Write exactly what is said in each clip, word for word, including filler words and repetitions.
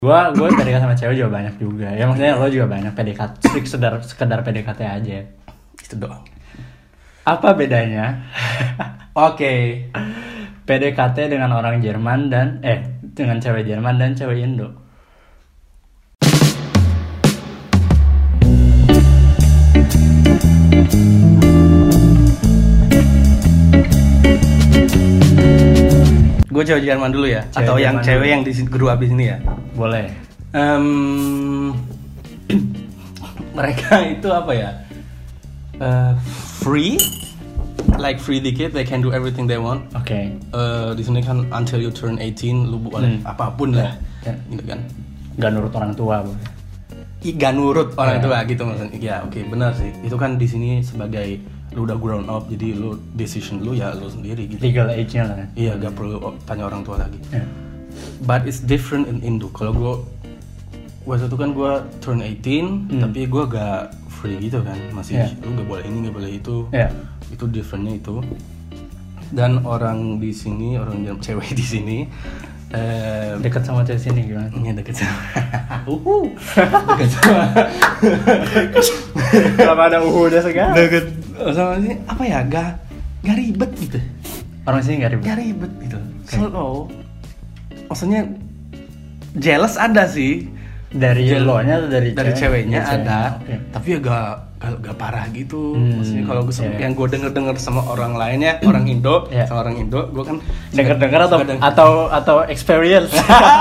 Gua gua P D K T sama cewek juga banyak juga. Ya maksudnya lo juga banyak P D K T, sekedar sekedar P D K T aja. Itu doang. Apa bedanya? Oke. P D K T dengan orang Jerman dan eh dengan cewek Jerman dan cewek Indo. Gue cewek Jerman dulu ya, Cewek atau yang Jerman cewek dulu. yang di grew up di sini ya. Boleh. Um, mereka itu apa ya? Uh, free, like free dikit, they can do everything they want. Oke. Okay. Uh, di sini kan until you turn eighteen, lu boleh Hmm. apapun lah, Ya. gitu kan. Gak nurut orang tua, boleh. Gak nurut orang Ya. tua gitu maksudnya. Ya oke okay, benar sih. Itu kan di sini sebagai lu udah grown up, jadi lu decision lu ya lu sendiri gitu. Legal age-nya lah. Iya, gak perlu tanya orang tua lagi. Ya. But it's different in Indo. Kalau gue waktu itu kan gue turn eighteen, Hmm. tapi gue gak free gitu kan, masih Yeah. lu gak boleh ini gak boleh itu. Ya. Itu differentnya itu. Dan orang di sini, orang yang cewek di sini, eh, Dekat sama cewek sini gimana? ya deket sama, uhu, deket sama, Kenapa ada uhu udah segala? deket sama ini apa ya, gak gak ribet gitu, Orang sini gak ribet. gak ribet gitu. Slow, maksudnya jealous ada sih. Dari Jel- lo-nya atau dari dari cewek? ceweknya Dari ada, Oke. tapi ya gak, gak, gak parah gitu. Hmm, Maksudnya kalau gue iya. yang gue denger denger sama orang lain ya, orang Indo, Iya. sama orang Indo, gue kan Dengar-dengar atau suka deng- atau atau experience?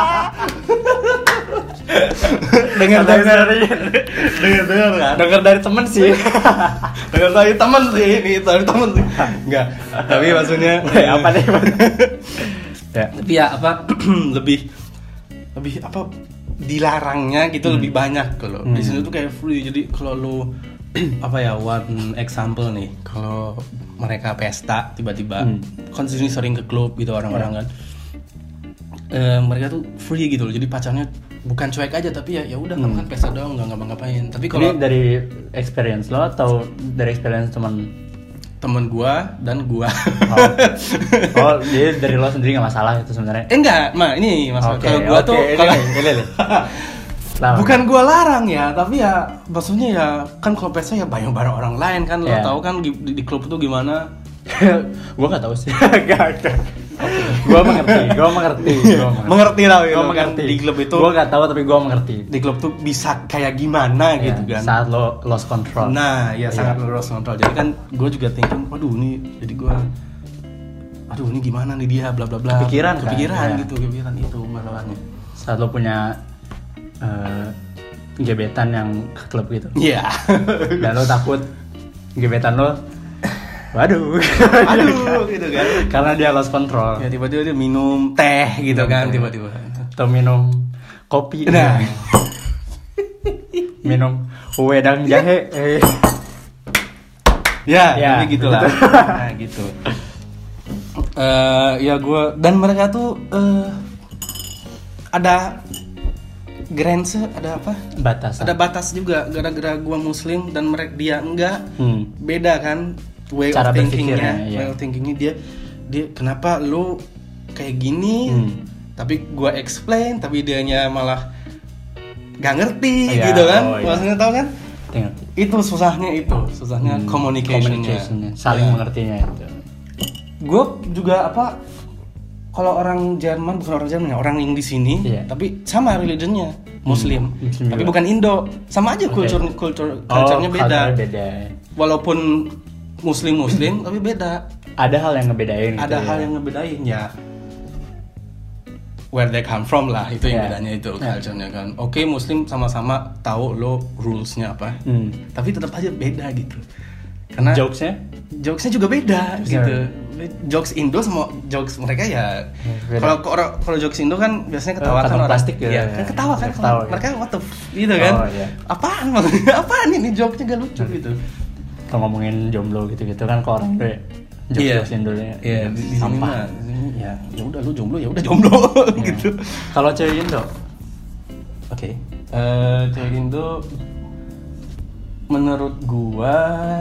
dengar Atau dengar experience? dengar dengar kan, Dengar dari temen sih. dengar dari temen sih, ini dari temen sih, enggak. Tapi maksudnya, Weh, apa nih? Ya. tapi ya apa lebih lebih apa dilarangnya gitu Hmm. lebih banyak kalau Hmm. di sini tuh kayak free. Jadi kalau lu apa ya, one example nih, kalau mereka pesta tiba-tiba Hmm. kan di sini sering ke klub gitu orang-orang kan, Eh, mereka tuh free gitu loh. Jadi pacarnya bukan cuek aja, tapi ya ya udah kamu Hmm. kan pesta doang, nggak ngapa-ngapain. Tapi Ini kalau dari experience lo atau dari experience teman? temen gua dan gua Oh, oh jadi dari lo sendiri nggak masalah itu sebenarnya? eh enggak, mah ini masalah Oke, kalau gua oke, tuh ini kalau nih, ini nih. Lama. bukan gua larang ya, tapi ya maksudnya ya kan kalau pesta ya banyak bareng orang lain kan, lo Iya. tahu kan di, di, di klub itu gimana. Gue nggak tahu sih. Gak, gak. Gue mengerti, gue mengerti, gue Mengerti tau ya, Gue lo kan mengerti. di klub itu, gue nggak tahu tapi gue mengerti. di klub tuh bisa kayak gimana Ya, gitu kan. Saat lo lost control. Nah, ya Iya. sangat lost control. Jadi kan gue juga thinking, waduh ini, jadi gue, aduh ini gimana nih dia, bla bla bla. Kepikiran kan? kepikiran Ya. gitu, kepikiran itu masalahnya. Saat lo punya eh, gebetan yang ke klub gitu. Iya. Dan lo takut gebetan lo, waduh, Aduh, gitu kan. karena dia lost control. Ya tiba-tiba dia minum teh gitu Minum kan, teh. tiba-tiba. Atau minum kopi. Nah. Minum wedang jahe. Eh. Ya, Ya, jadi gitulah. gitu. Nah, gitu. Eh, ya gue dan mereka tuh eh, ada grense, ada apa? Batas. Ada batas juga. Gara-gara gue muslim dan mereka dia enggak, Hmm. beda kan way Cara of thinkingnya, berpikirnya, iya. way of thinkingnya dia dia kenapa lu kayak gini? Hmm. Tapi gue explain, tapi dianya malah gak ngerti Iya, gitu kan? oh, iya. Maksudnya tahu kan? Tengok. Itu susahnya itu, susahnya Hmm, communication-nya. communication-nya, saling Ya. mengertinya itu. Gue juga apa? Kalau orang Jerman, bukan orang Jerman ya, orang yang di sini, Iya. tapi sama religionnya Muslim, Hmm, Muslim tapi juga. bukan Indo, sama aja Oke. culture culture culture-nya Oh, beda. culture-nya beda. Walaupun Muslim Muslim, tapi beda. Ada hal yang ngebedain. Gitu Ada ya. hal yang ngebedain ya. Where they come from lah, itu yang Iya. bedanya itu Iya. culture-nya kan. Oke, Muslim sama-sama tahu lo rules-nya apa, Hmm. tapi tetap aja beda gitu. Karena Jokes-nya? jokesnya juga beda Iya. gitu. Jokes Indo sama jokes mereka ya. Beda. Kalau kalau kalau jokes Indo kan biasanya ketawa kan Kantong orang. plastik gitu Iya, ya. kan ketawa kan. Ketawa, Kalau ya. mereka what the f- gitu kan. Oh, iya. Apaan maksudnya? Apaan ini jokesnya gak lucu gitu. Kalau ngomongin jomblo gitu-gitu kan ke orang tuh ya, jokes-jokes Indo ya. Iya, di, di sini Sampah. mah di sini ya ya udah lu jomblo ya udah jomblo Iya. gitu. Kalau cewek Indo, Oke. Eh cewek Indo menurut gua,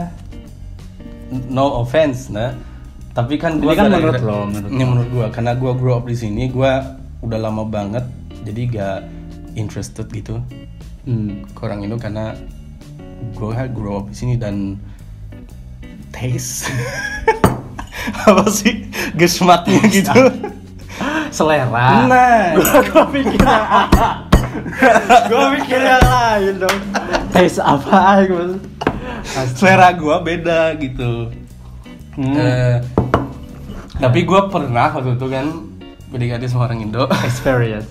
no offense nah, tapi kan gua Ini kan gara-gara- menurut lo, menurut ini lo. menurut gua karena gua grow up di sini, gua udah lama banget, jadi gak interested gitu Hmm. ke orang Indo karena gue grow up di sini dan taste apa sih gesmatnya gitu. Selera. Nah, Gua gua pikirnya Gua pikirnya lain dong. Taste apa gitu. selera gue beda gitu. Hmm. Eh, tapi gue pernah waktu itu kan P D K T sama orang Indo. Experience.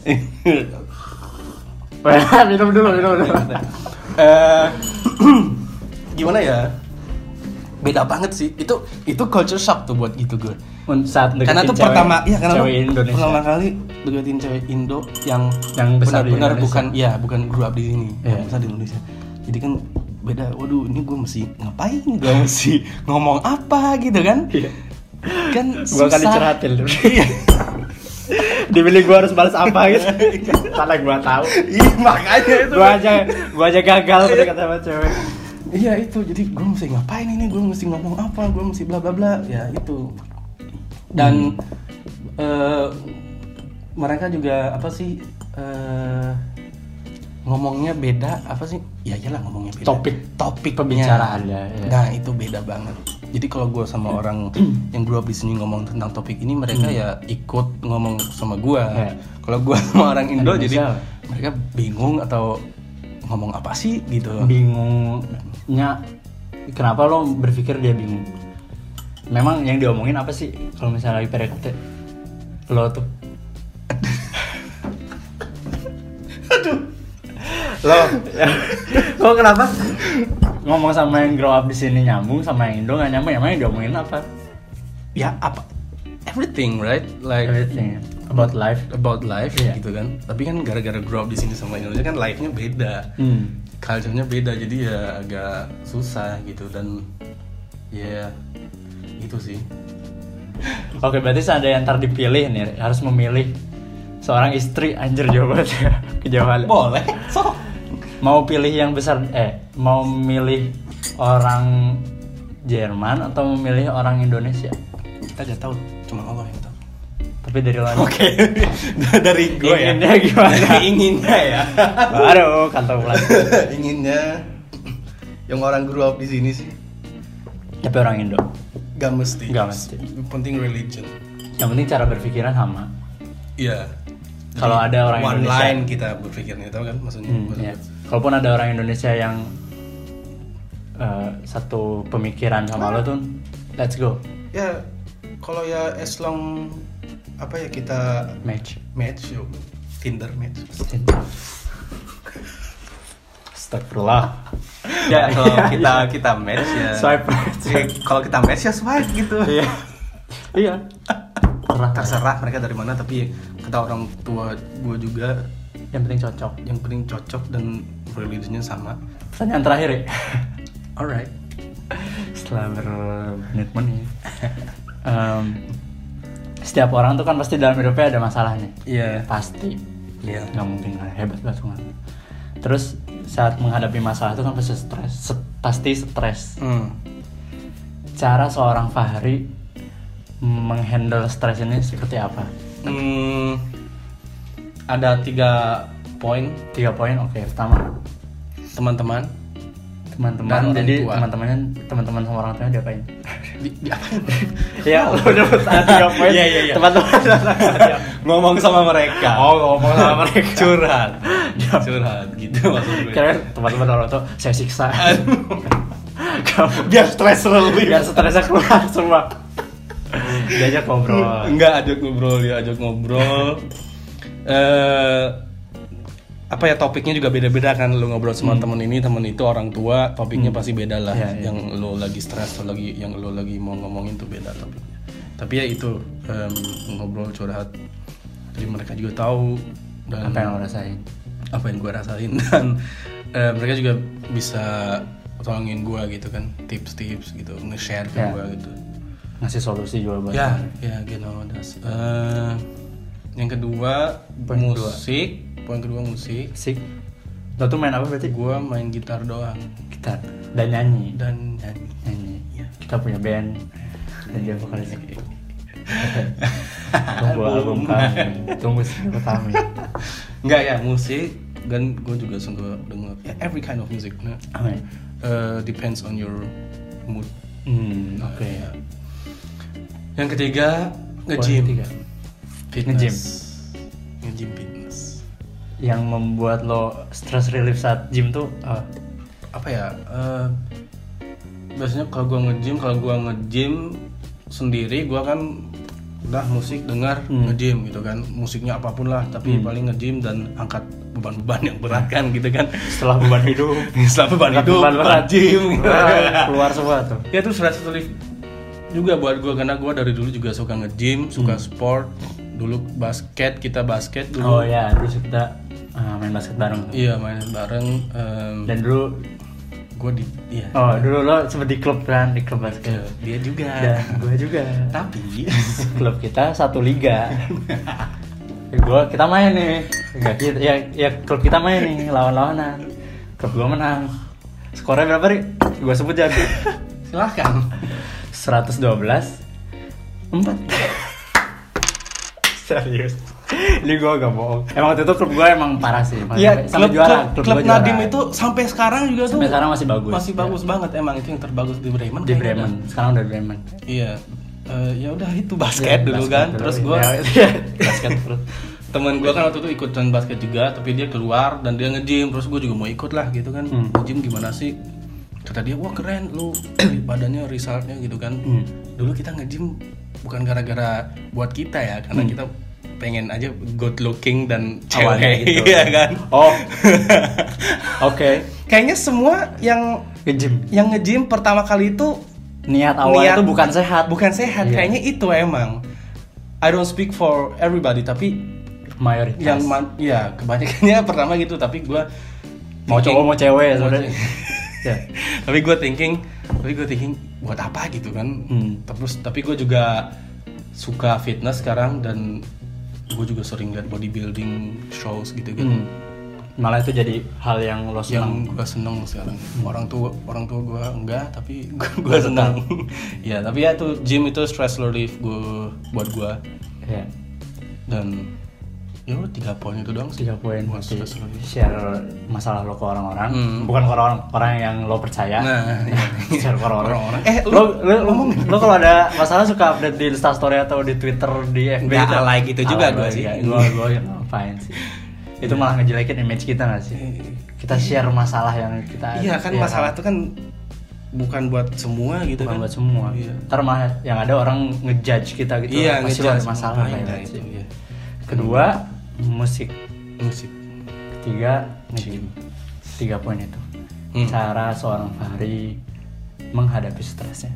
minum dulu, minum dulu. Eh, gimana ya? Beda banget sih. Itu itu culture shock tuh buat gitu gue. Saat deketin Karena tuh cewek, pertama, iya karena cewek tuh Indonesia. pertama kali deketin cewek Indo yang Yang besar di benar-benar Indonesia. bukan, ya bukan grow up di sini, Iya. yang besar di Indonesia. Jadi kan beda. Waduh, ini gue mesti ngapain? Gue mesti ngomong apa gitu kan? Iya. Kan Gua kan susah. dicurhatin. Iya. Dipilih gua harus balas apa gitu. Karena gua tahu. Iya makanya itu. Gua aja gua aja gagal mendekat sama cewek. Iya itu, jadi gue mesti ngapain ini, gue mesti ngomong apa, gue mesti bla bla bla, ya itu. Dan hmm. uh, mereka juga apa sih uh, ngomongnya beda, apa sih? Ya iyalah ngomongnya beda. Topik topik pembicaraannya. Ya. Nah itu beda banget. Jadi kalau gue sama orang yang grow up di sini ngomong tentang topik ini, mereka hmm. ya ikut ngomong sama gue. Ya. Kalau gue sama orang Indo, jadi mereka bingung atau ngomong apa sih gitu. Bingungnya kenapa lo berpikir dia bingung? Memang yang diomongin apa sih kalau misalnya lagi P D K T? Lo tuh aduh lo kok kenapa ngomong sama yang grow up di sini nyambung, sama yang Indo nggak nyambung? Emang yang diomongin apa? Ya apa? Everything, right? Like everything about life, about life yeah. gitu kan. Tapi kan gara-gara grow up di sini sama Indonesia kan life-nya beda, hmm. culture-nya beda, jadi ya agak susah gitu. Dan ya itu sih. Oke, berarti seandainya ntar dipilih nih, harus memilih seorang istri, anjir jawabannya kejauhan. Boleh, so mau pilih yang besar, eh mau milih orang Jerman atau memilih orang Indonesia? Kita gak tahu, cuma Allah yang tahu. Tapi dari lo. Oke. Dari gue ya. Inginnya gimana? Inginnya ya. Baru kantong plastik. Inginnya yang orang grow up di sini sih. Tapi orang Indo. Gak mesti. Gak mesti. Penting religion. Yang penting cara berpikiran sama. Iya. Kalau ada orang one Indonesia. One line kita berpikirnya, tahu kan maksudnya. Hmm, iya. Kalaupun ada orang Indonesia yang uh, satu pemikiran sama ah. lo tuh, let's go. Ya. Kalau ya as long apa ya kita match match yuk Tinder match. Astagfirullah. Ya kalau kita kita match ya. Swipe. Kalau kita match ya swipe gitu. Iya. Iya. Terserah, terserah mereka dari mana, tapi kata orang tua gue juga yang penting cocok, yang penting cocok dan religiusnya sama. Pertanyaan terakhir ya. Alright. Setelah bermenit-menit. Um, setiap orang tuh kan pasti dalam hidupnya ada masalah nih. Iya. Yeah. Pasti. Iya. Yeah. Gak mungkin lah, hebat banget. Terus saat menghadapi masalah itu kan pasti stres, Set, pasti stres. Hmm. Cara seorang Fahri menghandle stres ini seperti apa? Hmm, ada tiga poin. Tiga poin, oke. Pertama, teman-teman. Teman-teman. Jadi teman-temannya, teman-teman sama orang tuanya diapain? Di, di apa? Ya, lo udah ada tiga poin. Iya iya iya. Teman-teman ngomong sama mereka. Oh, ngomong sama mereka. Curhat. Curhat gitu maksud gue. Karena teman-teman orang tua saya siksa. Biar stres relief. Biar stresnya keluar semua. Diajak ngobrol. Enggak, ajak ngobrol, dia ajak ngobrol. Eh apa ya, topiknya juga beda-beda kan. Lu ngobrol sama hmm. temen ini, temen itu, orang tua, topiknya hmm. pasti beda lah. Ya, ya. Yang lu lagi stres atau lagi yang lu lagi mau ngomongin tuh beda topiknya. Tapi ya itu um, ngobrol, curhat. Jadi mereka juga tahu dan apa yang lo rasain. Apa yang gue rasain dan uh, mereka juga bisa tolongin gue gitu kan, tips-tips gitu, nge-share ke ya. gue gitu. Ngasih solusi juga buat ya, ya gitu. Uh, yang kedua poin musik. Kedua. Poin kedua musik. Musik. Lo tuh main apa berarti? Gua main gitar doang. Gitar dan nyanyi. Dan nyanyi. Nyanyi. Ya. Kita punya band dan dia vokalis. Tunggu album kami. Tunggu single kami. Enggak ya, musik. Dan gue juga suka denger ya, every kind of music. Nah, okay. uh, depends on your mood. Hmm, oke. Okay. Ya. Yang ketiga nge-gym. Fitness. Nge-gym. Nge-gym fitness. Yang membuat lo stress relief saat gym tuh uh. apa ya? Uh, biasanya kalau gue nge-gym, kalau gue nge-gym sendiri, gue kan udah musik dengar hmm. nge-gym gitu kan, musiknya apapun lah, tapi hmm. paling nge-gym dan angkat beban-beban yang berat kan gitu kan. Setelah beban hidup, setelah beban hidup, beban berat gym, keluar semua tuh. Ya itu stress relief juga buat gue, karena gue dari dulu juga suka nge-gym, suka hmm. sport. Dulu basket, kita basket dulu. Oh ya, dulu kita uh, main basket bareng tuh. Iya, main bareng. Um, dan dulu gue di, iya. Oh dulu lo sempet di klub kan, di klub basket. Dia juga. Dan gue juga. Tapi klub kita satu liga. Gue kita main nih, Enggak, kita, ya ya klub kita main nih lawan-lawanan. Klub gue menang. Skornya berapa nih? Gue sebut jadi. Silahkan. seratus dua belas empat. Serius. Ini gue gak bohong. Emang waktu itu klub gue emang parah sih. Iya, klub, juara. klub, klub Nadim juara. Itu sampai sekarang juga sampai tuh. Sampai sekarang masih bagus. Masih ya. Bagus banget emang, itu yang terbagus di Bremen. Di Bremen. Kan? Sekarang udah di Bremen. Iya. Uh, ya udah itu basket ya, dulu basket kan. Dulu, terus gue ya. basket terus. Temen gue kan waktu itu ikutan basket juga, tapi dia keluar dan dia nge-gym. Terus gue juga mau ikut lah gitu kan. Hmm. Nge-gym gimana sih? Kata dia, wah keren lu badannya, resultnya gitu kan. Hmm. Dulu kita nge-gym bukan gara-gara buat kita ya, karena hmm. kita pengen aja good looking dan cewek gitu. Iya kan? Oh. Oke. Okay. Kayaknya semua yang nge-gym, yang nge-gym pertama kali itu niat awal niat, itu bukan sehat. Bukan sehat. Yeah. Kayaknya itu emang. I don't speak for everybody, tapi mayoritas. Yang man, ya kebanyakannya pertama gitu, tapi gue mau cowok mau cewek sebenarnya. Ya. Tapi gue thinking, tapi gue thinking buat apa gitu kan? Hmm. Terus tapi gue juga suka fitness sekarang dan gue juga sering lihat bodybuilding shows gitu kan. Hmm. Malah itu jadi hal yang lo senang. Yang gue seneng sekarang. Hmm. Orang tua orang tua gue enggak, tapi gue senang. Ya tapi ya tuh gym itu stress relief gue buat gue. Ya. Dan ya udah tiga poin itu doang sih. Tiga poin buat share masalah lo ke orang-orang, hmm. bukan ke orang-orang yang lo percaya. Nah, share ke orang-orang. Eh, lo lo lo, lo kalau ada masalah suka update di Instastory atau di Twitter, di F B gitu. Nggak like gitu juga gue sih. Gue gue ngapain sih? Itu malah ngejelekin image kita nggak sih? Kita share masalah yang kita. Iya kan, masalah itu kan bukan buat semua gitu bukan kan. buat semua. Iya. Ntar malah yang ada orang ngejudge kita gitu. Iya, pasti ada masalah kayak gitu. Iya. Kedua, musik. Musik. Ketiga, nge-gym. Tiga poin itu. Hmm. Cara seorang Fahri menghadapi stresnya.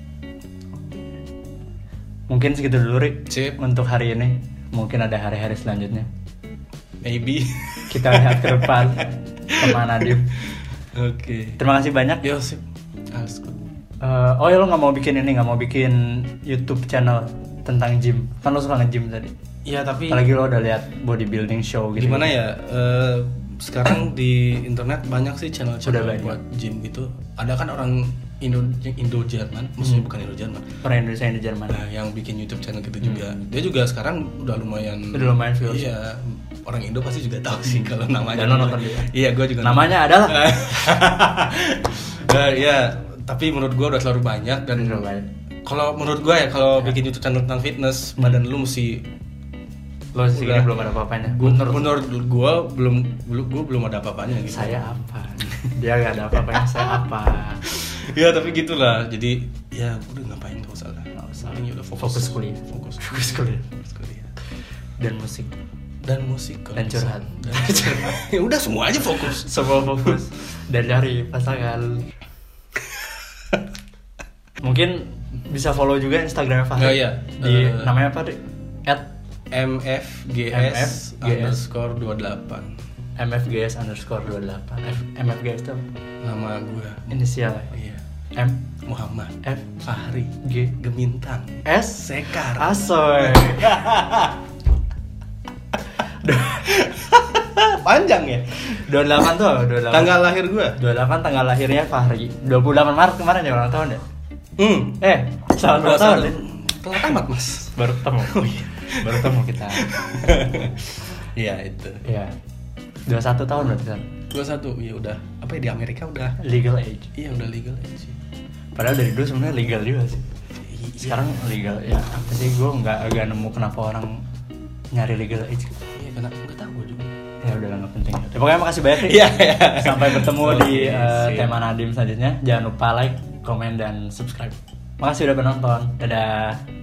Mungkin segitu dulu, Rik. Sip. Untuk hari ini. Mungkin ada hari-hari selanjutnya. Maybe. Kita lihat ke depan sama Nadim. Oke. Okay. Terima kasih banyak. Yo, sip. Uh, oh ya, lo nggak mau bikin ini, nggak mau bikin YouTube channel tentang gym? Kan lo suka nge-gym tadi. Iya, tapi apalagi lo udah lihat bodybuilding show gitu. Gimana ya? Uh, sekarang di internet banyak sih channel-channel buat gym gitu. Ada kan orang Indo Indo Jerman, maksudnya hmm. bukan Indo Jerman. Orang Indonesia Indo Jerman. Nah, yang bikin YouTube channel gitu hmm. juga. Dia juga sekarang udah lumayan. Udah lumayan views. Iya. Orang Indo pasti juga tahu sih kalau namanya. Dan lo nonton dia. Iya, gue juga. Namanya adalah. Nah, ya, tapi menurut gue udah terlalu banyak dan kalau menurut gue ya kalau ya. bikin YouTube channel tentang fitness, hmm. badan lu mesti lo sih ini belum ada apa-apanya. Gua, menurut menurut gue belum belum gue belum ada apa-apanya gitu. Saya apa? Dia gak ada apa-apanya, saya apa? Ya tapi gitulah. Jadi ya udah ngapain gak usah lah. Gak usah. Ini udah fokus, fokus kuliah. Fokus fokus kuliah. Fokus kuliah. Dan musik. Dan musik dan curhat. Dan curhat. Ya udah semua aja fokus. Semua fokus. Dan cari pasangan. Mungkin bisa follow juga Instagram Fahri. Oh, iya. Di uh, namanya apa, Dek? At M F G S underscore dua puluh delapan. M F G S underscore dua puluh delapan. M F G S itu nama gue. Inisial. Iya. M Muhammad. F Fahri. G Gemintang. S Sekar. Asoy. Panjang ya? dua puluh delapan tuh, dua puluh delapan. Tanggal lahir gue? dua puluh delapan tanggal lahirnya Fahri. dua puluh delapan Maret kemarin ya ulang tahun ya? Hmm. Eh, selamat ulang tahun ya? Telat amat, Mas. Baru ketemu. Oh iya. Baru ketemu kita. Iya, itu. Iya. dua puluh satu tahun berarti kan? dua puluh satu, ya udah. Apa ya, di Amerika udah legal age. Iya, udah legal age sih. Padahal dari dulu sebenarnya legal juga sih. Sekarang legal ya apa sih, gue nggak agak nemu kenapa orang nyari legal age. Iya, karena nggak tahu gue juga. Ya udah nggak penting. Ya, pokoknya makasih banyak. Iya. Sampai bertemu okay, di uh, tema Nadim selanjutnya. Jangan lupa like, komen dan subscribe. Makasih udah menonton. Dadah.